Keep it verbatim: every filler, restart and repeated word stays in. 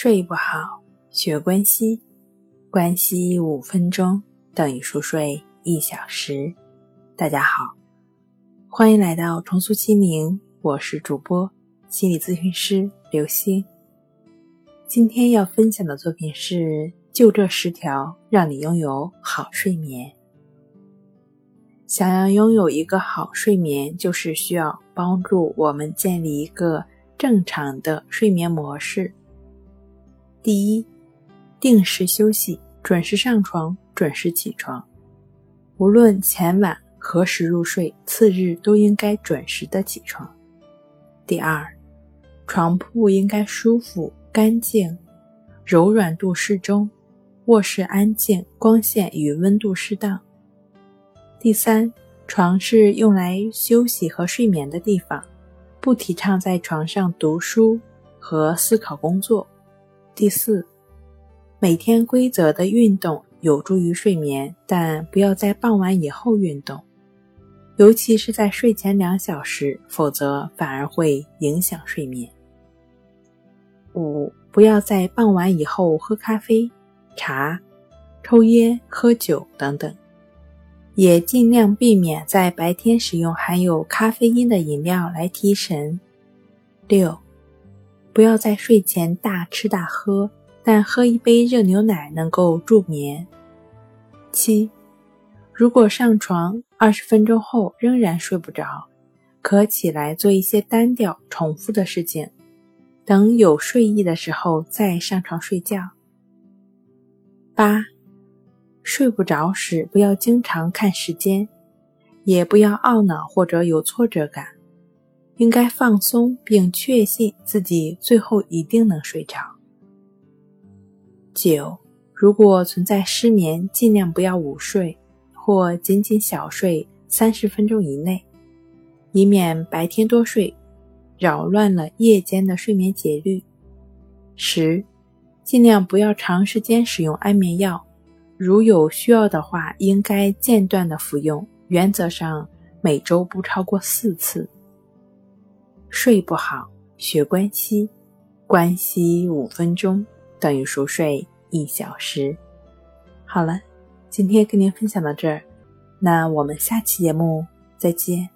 睡不好，学关息，关息五分钟等于熟睡一小时。大家好，欢迎来到重塑心灵，我是主播心理咨询师刘星。今天要分享的作品是就这十条让你拥有好睡眠。想要拥有一个好睡眠，就是需要帮助我们建立一个正常的睡眠模式。第一，定时休息，准时上床，准时起床。无论前晚何时入睡，次日都应该准时的起床。第二，床铺应该舒服、干净，柔软度适中，卧室安静，光线与温度适当。第三，床是用来休息和睡眠的地方，不提倡在床上读书和思考工作。第四，每天规则的运动有助于睡眠，但不要在傍晚以后运动，尤其是在睡前两小时，否则反而会影响睡眠。五，不要在傍晚以后喝咖啡、茶、抽烟、喝酒等等，也尽量避免在白天使用含有咖啡因的饮料来提神。六，不要在睡前大吃大喝，但喝一杯热牛奶能够助眠。七，如果上床二十分钟后仍然睡不着，可起来做一些单调重复的事情，等有睡意的时候再上床睡觉。八，睡不着时不要经常看时间，也不要懊恼或者有挫折感，应该放松并确信自己最后一定能睡着。九，如果存在失眠，尽量不要午睡，或仅仅小睡三十分钟以内，以免白天多睡，扰乱了夜间的睡眠节律。十，尽量不要长时间使用安眠药，如有需要的话，应该间断的服用，原则上每周不超过四次。睡不好，学关息，关息五分钟等于熟睡一小时。好了，今天跟您分享到这儿，那我们下期节目再见。